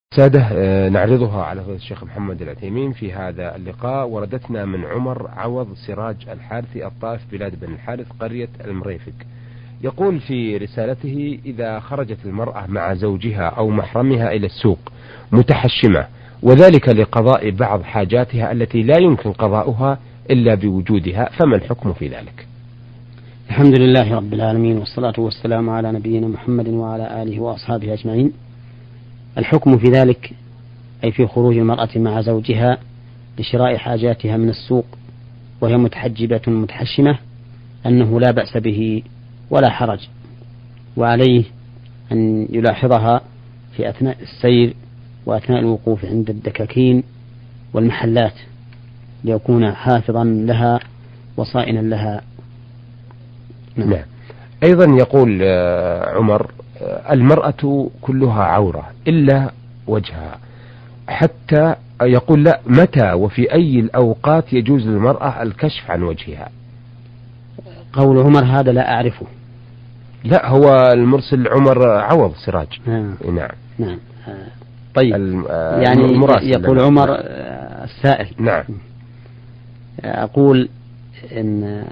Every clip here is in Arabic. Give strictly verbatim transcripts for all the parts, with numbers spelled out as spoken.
سادة نعرضها على فضيلة الشيخ محمد العثيمين في هذا اللقاء. وردتنا من عمر عوض سراج الحارثي الطائف بلاد بن الحارث قرية المريفق، يقول في رسالته: إذا خرجت المرأة مع زوجها أو محرمها إلى السوق متحشمة وذلك لقضاء بعض حاجاتها التي لا يمكن قضاؤها إلا بوجودها، فما الحكم في ذلك؟ الحمد لله رب العالمين، والصلاة والسلام على نبينا محمد وعلى آله وأصحابه أجمعين. الحكم في ذلك أي في خروج المرأة مع زوجها لشراء حاجاتها من السوق وهي متحجبة متحشمة أنه لا بأس به ولا حرج، وعليه أن يلاحظها في أثناء السير وأثناء الوقوف عند الدكاكين والمحلات ليكون حافظا لها وصائنا لها. نعم. نعم. أيضا يقول عمر: المرأة كلها عورة إلا وجهها، حتى يقول لا متى وفي أي الأوقات يجوز للمرأة الكشف عن وجهها؟ قول عمر هذا لا أعرفه. لا، هو المرسل عمر عوض سراج. نعم نعم, نعم. طيب، يعني يقول لنا. عمر نعم. السائل. نعم. أقول إن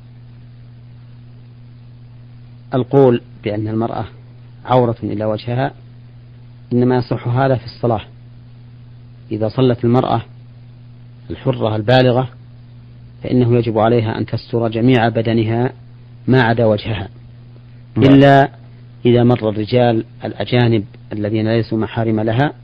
القول بأن المرأة عورة إلى وجهها إنما يصح هذا في الصلاة، إذا صلت المرأة الحرة البالغة فإنه يجب عليها أن تستر جميع بدنها ما عدا وجهها، إلا إذا مر الرجال الأجانب الذين ليسوا محارم لها،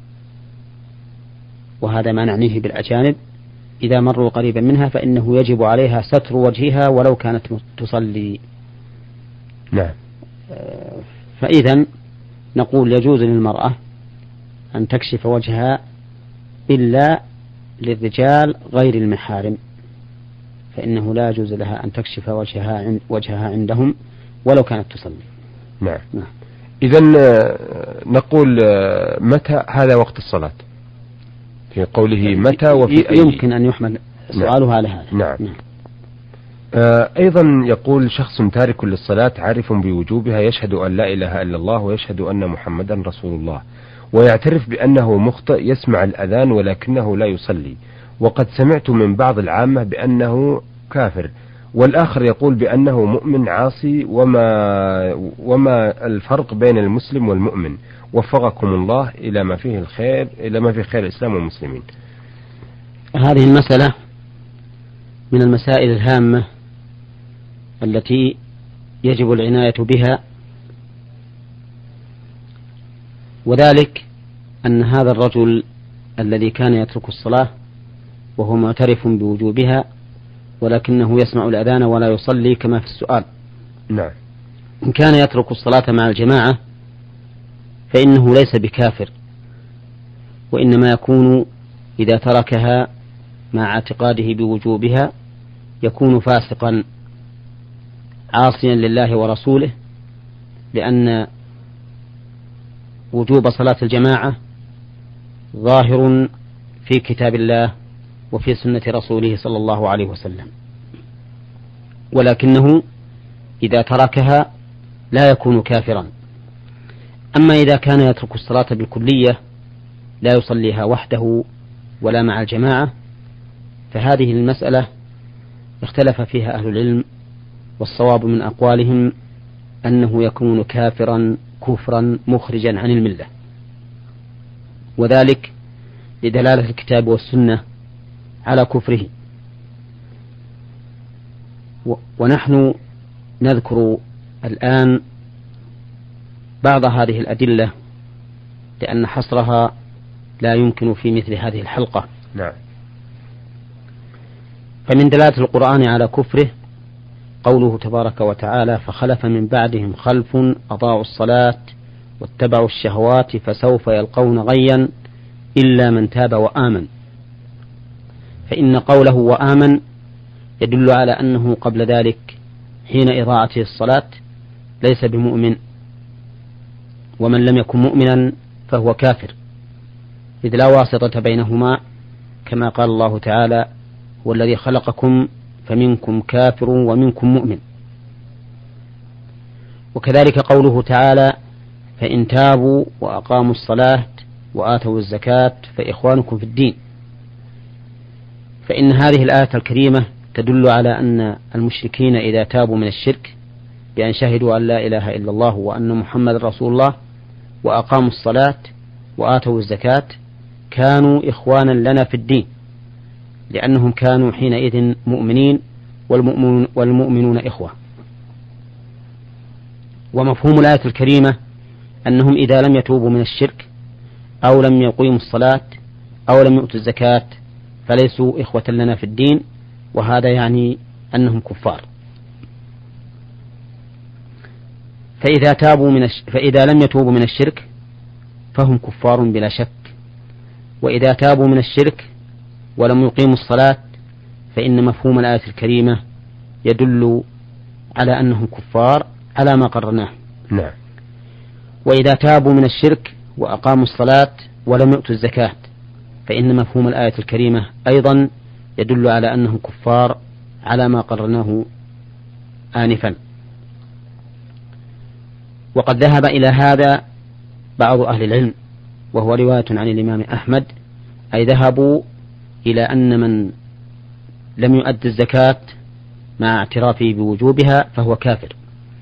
وهذا ما نعنيه بالأجانب، إذا مروا قريبا منها فإنه يجب عليها ستر وجهها ولو كانت تصلي. نعم. فإذا نقول يجوز للمرأة أن تكشف وجهها إلا للرجال غير المحارم، فإنه لا يجوز لها أن تكشف وجهها وجهها عندهم ولو كانت تصلي. نعم. نعم. إذن نقول متى هذا وقت الصلاة؟ في قوله متى وفي أي، يمكن أن يحمل سؤالها على هذا. نعم. نعم. أيضا يقول: شخص تارك للصلاة عارف بوجوبها، يشهد أن لا إله إلا الله ويشهد أن محمدا رسول الله، ويعترف بأنه مخطئ، يسمع الأذان ولكنه لا يصلي، وقد سمعت من بعض العامة بأنه كافر، والآخر يقول بأنه مؤمن عاصي، وما, وما الفرق بين المسلم والمؤمن؟ وفقكم الله إلى ما فيه الخير، إلى ما فيه خير الإسلام والمسلمين. هذه المسألة من المسائل الهامة التي يجب العناية بها، وذلك أن هذا الرجل الذي كان يترك الصلاة وهو معترف بوجوبها ولكنه يسمع الأذان ولا يصلي كما في السؤال، نعم، إن كان يترك الصلاة مع الجماعة فإنه ليس بكافر، وإنما يكون إذا تركها مع اعتقاده بوجوبها يكون فاسقا عاصيا لله ورسوله، لأن وجوب صلاة الجماعة ظاهر في كتاب الله وفي سنة رسوله صلى الله عليه وسلم، ولكنه إذا تركها لا يكون كافرا. أما إذا كان يترك الصلاة بالكلية لا يصليها وحده ولا مع الجماعة فهذه المسألة اختلف فيها أهل العلم، والصواب من أقوالهم أنه يكون كافرا كفرا مخرجا عن الملة، وذلك لدلالة الكتاب والسنة على كفره. ونحن نذكر الآن بعض هذه الأدلة لأن حصرها لا يمكن في مثل هذه الحلقة. نعم. فمن دلالة القرآن على كفره قوله تبارك وتعالى: فخلف من بعدهم خلف أضاعوا الصلاة واتبعوا الشهوات فسوف يلقون غيا إلا من تاب وآمن. فإن قوله وآمن يدل على أنه قبل ذلك حين إضاعته الصلاة ليس بمؤمن، ومن لم يكن مؤمنا فهو كافر، إذ لا واسطة بينهما، كما قال الله تعالى: والذي خلقكم فمنكم كافر ومنكم مؤمن. وكذلك قوله تعالى: فإن تابوا وأقاموا الصلاة وآتوا الزكاة فإخوانكم في الدين. فإن هذه الآية الكريمة تدل على أن المشركين إذا تابوا من الشرك بأن شهدوا أن لا إله إلا الله وأن محمد رسول الله وأقاموا الصلاة وآتوا الزكاة كانوا إخوانا لنا في الدين، لأنهم كانوا حينئذ مؤمنين والمؤمنون, والمؤمنون إخوة. ومفهوم الآية الكريمة أنهم إذا لم يتوبوا من الشرك أو لم يقيموا الصلاة أو لم يؤتوا الزكاة فليسوا إخوة لنا في الدين، وهذا يعني أنهم كفار. فإذا تابوا من الش... فإذا لم يتوبوا من الشرك فهم كفار بلا شك، وإذا تابوا من الشرك ولم يقيموا الصلاة فإن مفهوم الآية الكريمة يدل على أنهم كفار على ما قررناه. نعم. وإذا تابوا من الشرك وأقاموا الصلاة ولم يؤتوا الزكاة فإن مفهوم الآية الكريمة أيضا يدل على أنهم كفار على ما قررناه آنفا. وقد ذهب إلى هذا بعض أهل العلم، وهو رواية عن الإمام أحمد، أي ذهبوا إلى أن من لم يؤد الزكاة مع اعترافه بوجوبها فهو كافر.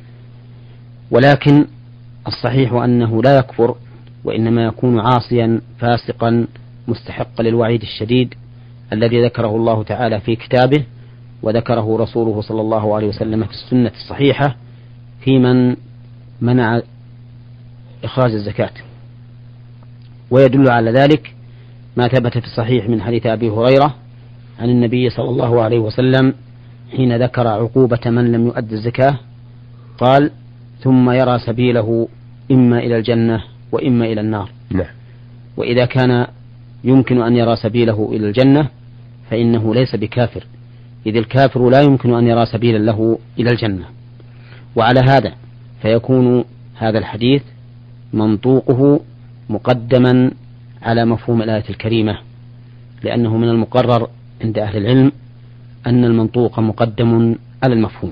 ولكن الصحيح أنه لا يكفر، وإنما يكون عاصيا فاسقا مستحقا للوعيد الشديد الذي ذكره الله تعالى في كتابه وذكره رسوله صلى الله عليه وسلم في السنة الصحيحة في من منع إخراج الزكاة. ويدل على ذلك ما ثبت في الصحيح من حديث أبي هريرة عن النبي صلى الله عليه وسلم حين ذكر عقوبة من لم يؤد الزكاة قال: ثم يرى سبيله إما إلى الجنة وإما إلى النار. نعم. وإذا كان يمكن أن يرى سبيله إلى الجنة فإنه ليس بكافر، إذ الكافر لا يمكن أن يرى سبيلا له إلى الجنة. وعلى هذا فيكون هذا الحديث منطوقه مقدما على مفهوم الآية الكريمة، لأنه من المقرر عند أهل العلم أن المنطوق مقدم على المفهوم.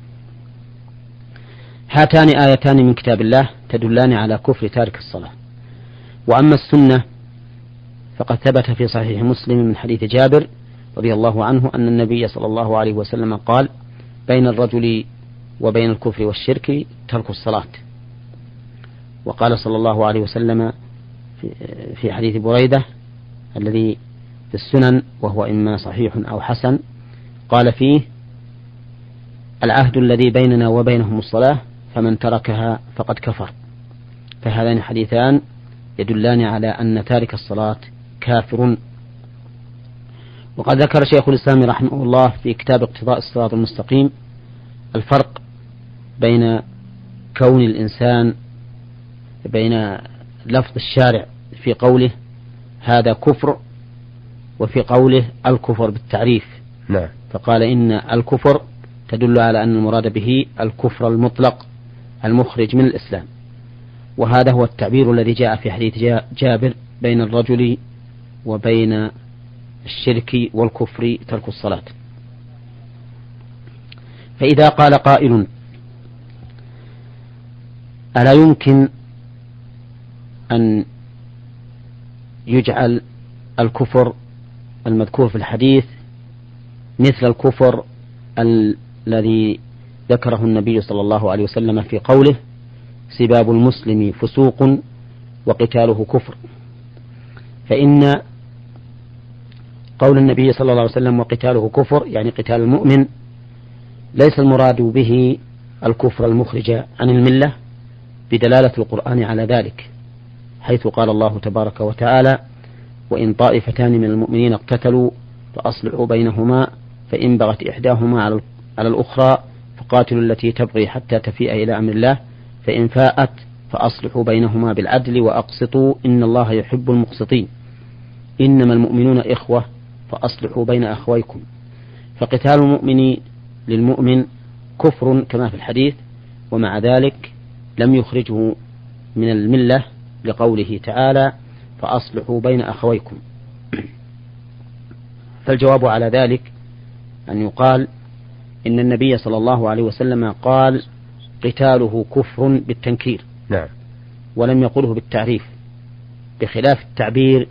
هاتان آيتان من كتاب الله تدلان على كفر تارك الصلاة. وأما السنة فقد ثبت في صحيح مسلم من حديث جابر رضي الله عنه أن النبي صلى الله عليه وسلم قال: بين الرجل وبين الكفر والشرك ترك الصلاة. وقال صلى الله عليه وسلم في حديث بريدة الذي في السنن وهو إما صحيح أو حسن، قال فيه: العهد الذي بيننا وبينهم الصلاة فمن تركها فقد كفر. فهذان الحديثان يدلان على أن تارك الصلاة كافر. وقد ذكر شيخ الإسلام رحمه الله في كتاب اقتضاء الصراط المستقيم الفرق بين كون الإنسان بين لفظ الشارع في قوله هذا كفر وفي قوله الكفر بالتعريف. نعم. فقال إن الكفر تدل على أن المراد به الكفر المطلق المخرج من الإسلام، وهذا هو التعبير الذي جاء في حديث جابر: بين الرجل وبين الشرك والكفر ترك الصلاة. فإذا قال قائل: ألا يمكن أن يجعل الكفر المذكور في الحديث مثل الكفر الذي ذكره النبي صلى الله عليه وسلم في قوله: سباب المسلم فسوق وقتاله كفر؟ فإن قول النبي صلى الله عليه وسلم وقتاله كفر يعني قتال المؤمن ليس المراد به الكفر المخرج عن الملة بدلالة القرآن على ذلك، حيث قال الله تبارك وتعالى: وإن طائفتان من المؤمنين اقتتلوا فأصلحوا بينهما فإن بغت إحداهما على الأخرى فقاتلوا التي تبغي حتى تفيء إلى أمر الله فإن فاءت فأصلحوا بينهما بالعدل وأقسطوا إن الله يحب المقسطين إنما المؤمنون إخوة فأصلحوا بين أخويكم. فقتال المؤمن للمؤمن كفر كما في الحديث، ومع ذلك لم يخرجه من الملة لقوله تعالى: فأصلحوا بين أخويكم. فالجواب على ذلك أن يقال إن النبي صلى الله عليه وسلم قال قتاله كفر بالتنكير. نعم. ولم يقله بالتعريف، بخلاف التعبير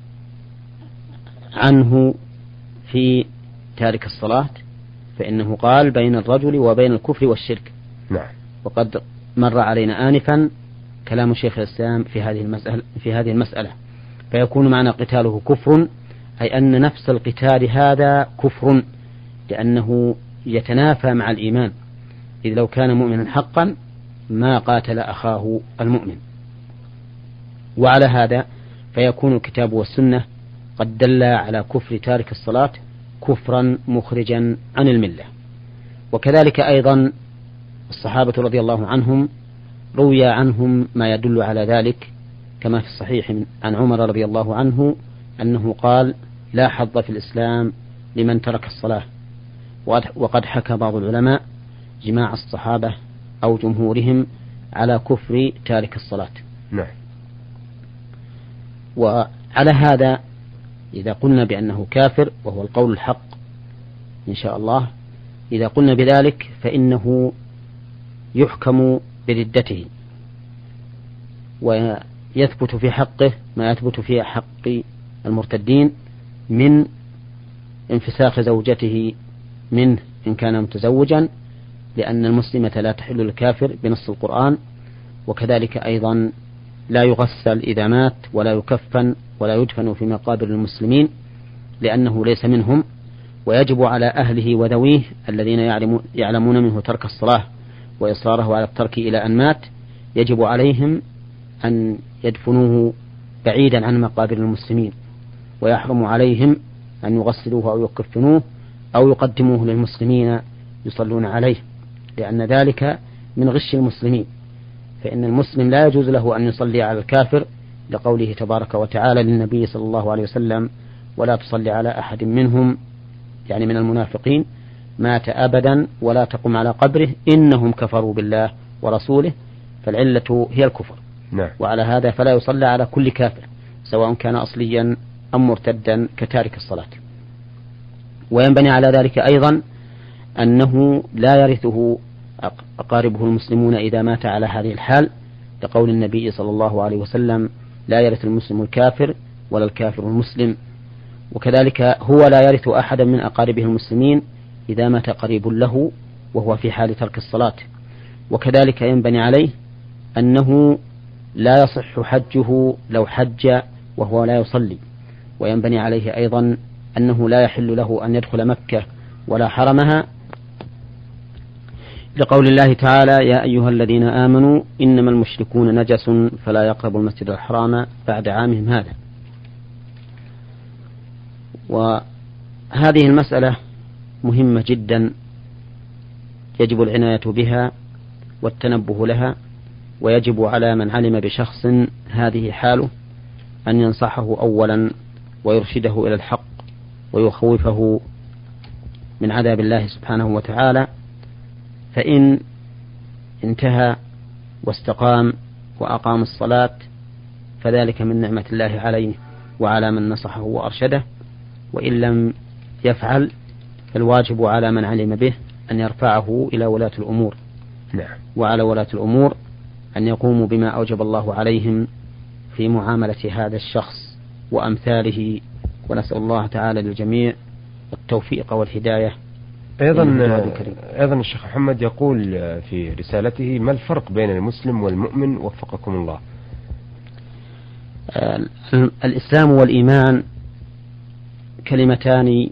عنه في تارك الصلاة، فإنه قال بين الرجل وبين الكفر والشرك. نعم. وقد مر علينا آنفا كلام شيخ الإسلام في هذه المسألة في هذه المسألة فيكون معنى قتاله كفر، أي أن نفس القتال هذا كفر، لأنه يتنافى مع الإيمان، إذ لو كان مؤمنا حقا ما قاتل أخاه المؤمن. وعلى هذا فيكون الكتاب والسنة قد دل على كفر تارك الصلاة كفرا مخرجا عن الملة. وكذلك أيضا الصحابة رضي الله عنهم روي عنهم ما يدل على ذلك، كما في الصحيح عن عمر رضي الله عنه أنه قال: لا حظ في الإسلام لمن ترك الصلاة. وقد حكى بعض العلماء جماع الصحابة أو جمهورهم على كفر تارك الصلاة. نعم. وعلى هذا إذا قلنا بأنه كافر، وهو القول الحق إن شاء الله، إذا قلنا بذلك فإنه يحكم بردته، ويثبت في حقه ما يثبت في حق المرتدين من انفساخ زوجته منه إن كان متزوجا، لأن المسلمة لا تحل للكافر بنص القرآن. وكذلك أيضا لا يغسل إذا مات، ولا يكفن، ولا يدفن في مقابر المسلمين، لأنه ليس منهم. ويجب على أهله وذويه الذين يعلمون منه ترك الصلاة وإصراره على الترك إلى أن مات، يجب عليهم أن يدفنوه بعيدا عن مقابر المسلمين، ويحرم عليهم أن يغسلوه أو يكفنوه أو يقدموه للمسلمين يصلون عليه، لأن ذلك من غش المسلمين. فإن المسلم لا يجوز له أن يصلي على الكافر، لقوله تبارك وتعالى للنبي صلى الله عليه وسلم: ولا تصلي على أحد منهم، يعني من المنافقين، مات أبدا ولا تقم على قبره إنهم كفروا بالله ورسوله. فالعلة هي الكفر. نعم. وعلى هذا فلا يصلى على كل كافر سواء كان أصليا أم مرتدا كتارك الصلاة. وينبني على ذلك أيضا أنه لا يرثه أقاربه المسلمون إذا مات على هذه الحال، لقول النبي صلى الله عليه وسلم: لا يرث المسلم الكافر ولا الكافر المسلم. وكذلك هو لا يرث أحدا من أقاربه المسلمين إذا مات قريب له وهو في حال ترك الصلاة. وكذلك ينبني عليه أنه لا يصح حجه لو حج وهو لا يصلي. وينبني عليه أيضا أنه لا يحل له أن يدخل مكة ولا حرمها، لقول الله تعالى: يا أيها الذين آمنوا إنما المشركون نجس فلا يقربوا المسجد الحرام بعد عامهم هذا. وهذه المسألة مهمة جدا، يجب العناية بها والتنبه لها، ويجب على من علم بشخص هذه حاله أن ينصحه أولا ويرشده إلى الحق ويخوفه من عذاب الله سبحانه وتعالى. فإن انتهى واستقام وأقام الصلاة فذلك من نعمة الله عليه وعلى من نصحه وأرشده. وإن لم يفعل فالواجب على من علم به أن يرفعه إلى ولاة الأمور. نعم. وعلى ولاة الأمور أن يقوموا بما أوجب الله عليهم في معاملة هذا الشخص وأمثاله. ونسأل الله تعالى للجميع التوفيق والهداية. أيضا أيضا الشيخ محمد يقول في رسالته: ما الفرق بين المسلم والمؤمن وفقكم الله؟ الإسلام والإيمان كلمتان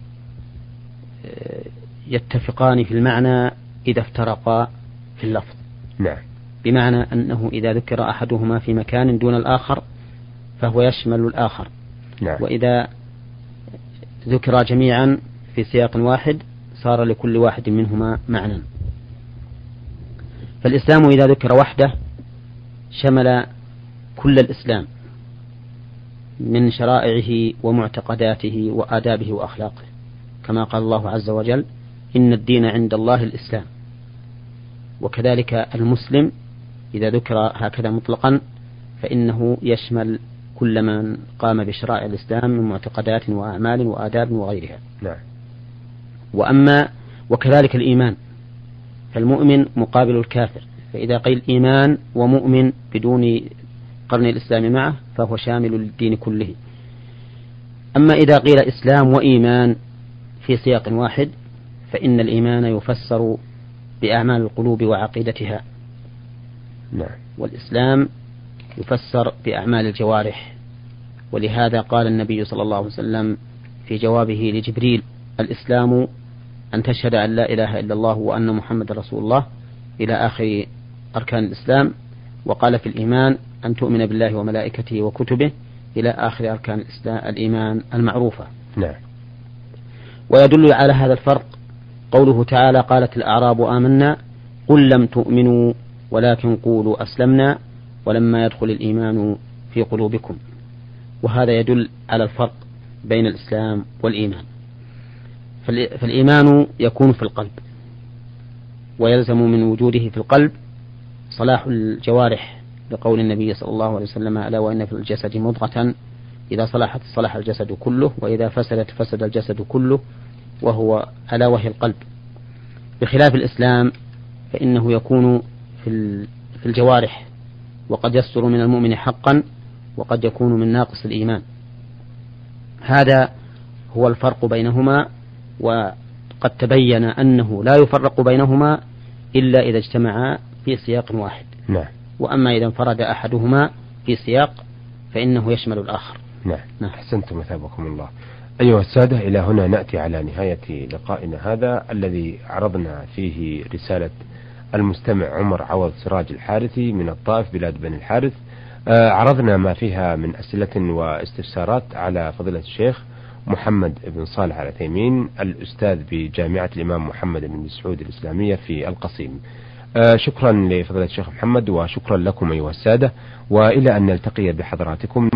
يتفقان في المعنى إذا افترقا في اللفظ. نعم. بمعنى أنه إذا ذكر أحدهما في مكان دون الآخر فهو يشمل الآخر. نعم. وإذا ذكر جميعا في سياق واحد صار لكل واحد منهما معنى. فالإسلام إذا ذكر وحده شمل كل الإسلام من شرائعه ومعتقداته وآدابه وأخلاقه، كما قال الله عز وجل: إن الدين عند الله الإسلام. وكذلك المسلم إذا ذكر هكذا مطلقا فإنه يشمل كل من قام بشرائع الإسلام من معتقدات وأعمال وآداب وغيرها. نعم. وأما وكذلك الإيمان، فالمؤمن مقابل الكافر، فإذا قيل إيمان ومؤمن بدون قرن الإسلام معه فهو شامل للدين كله. أما إذا قيل إسلام وإيمان في سياق واحد فإن الإيمان يفسر بأعمال القلوب وعقيدتها، نعم. والإسلام يفسر بأعمال الجوارح. ولهذا قال النبي صلى الله عليه وسلم في جوابه لجبريل: الإسلام أن تشهد أن لا إله إلا الله وأن محمد رسول الله إلى آخر أركان الإسلام. وقال في الإيمان أن تؤمن بالله وملائكته وكتبه إلى آخر أركان الإسلام الإيمان المعروفة. نعم. ويدل على هذا الفرق قوله تعالى: قالت الأعراب آمنا قل لم تؤمنوا ولكن قولوا أسلمنا ولما يدخل الإيمان في قلوبكم. وهذا يدل على الفرق بين الإسلام والإيمان. فالإيمان يكون في القلب، ويلزم من وجوده في القلب صلاح الجوارح، لقول النبي صلى الله عليه وسلم: ألا وإن في الجسد مضغة إذا صلحت صلح الجسد كله وإذا فسدت فسد الجسد كله، وهو ألا وهي القلب. بخلاف الإسلام فإنه يكون في الجوارح، وقد يصدر من المؤمن حقا وقد يكون من ناقص الإيمان. هذا هو الفرق بينهما، وقد تبين أنه لا يفرق بينهما إلا إذا اجتمعا في سياق واحد. نعم. وأما إذا انفرد أحدهما في سياق فإنه يشمل الآخر. نعم. نعم. أحسنتم مثابكم الله. أيها السادة، إلى هنا نأتي على نهاية لقائنا هذا الذي عرضنا فيه رسالة المستمع عمر عوض سراج الحارثي من الطائف بلاد بني الحارث. آه عرضنا ما فيها من أسئلة واستفسارات على فضيلة الشيخ محمد بن صالح العثيمين الأستاذ بجامعة الإمام محمد بن سعود الإسلامية في القصيم. آه شكرا لفضيلة الشيخ محمد، وشكرا لكم أيها السادة، وإلى أن نلتقي بحضراتكم